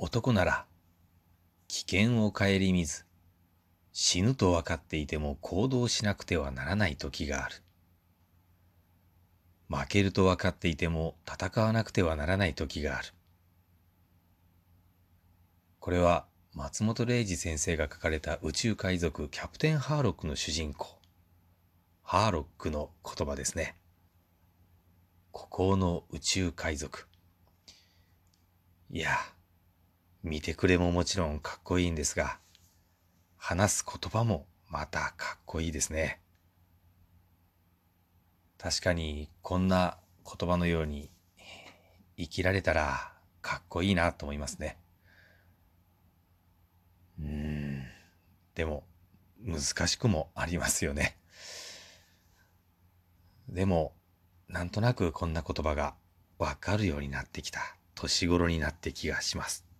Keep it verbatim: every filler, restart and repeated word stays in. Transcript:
男なら危険を顧みず、死ぬと分かっていても行動しなくてはならない時がある。負けると分かっていても戦わなくてはならない時がある。これは松本零士先生が書かれた宇宙海賊キャプテンハーロックの主人公、ハーロックの言葉ですね。孤高の宇宙海賊。いや、見てくれももちろんかっこいいんですが、話す言葉もまたかっこいいですね。確かにこんな言葉のように生きられたらかっこいいなと思いますね。うーん、でも難しくもありますよね。でもなんとなくこんな言葉がわかるようになってきた年頃になって気がします。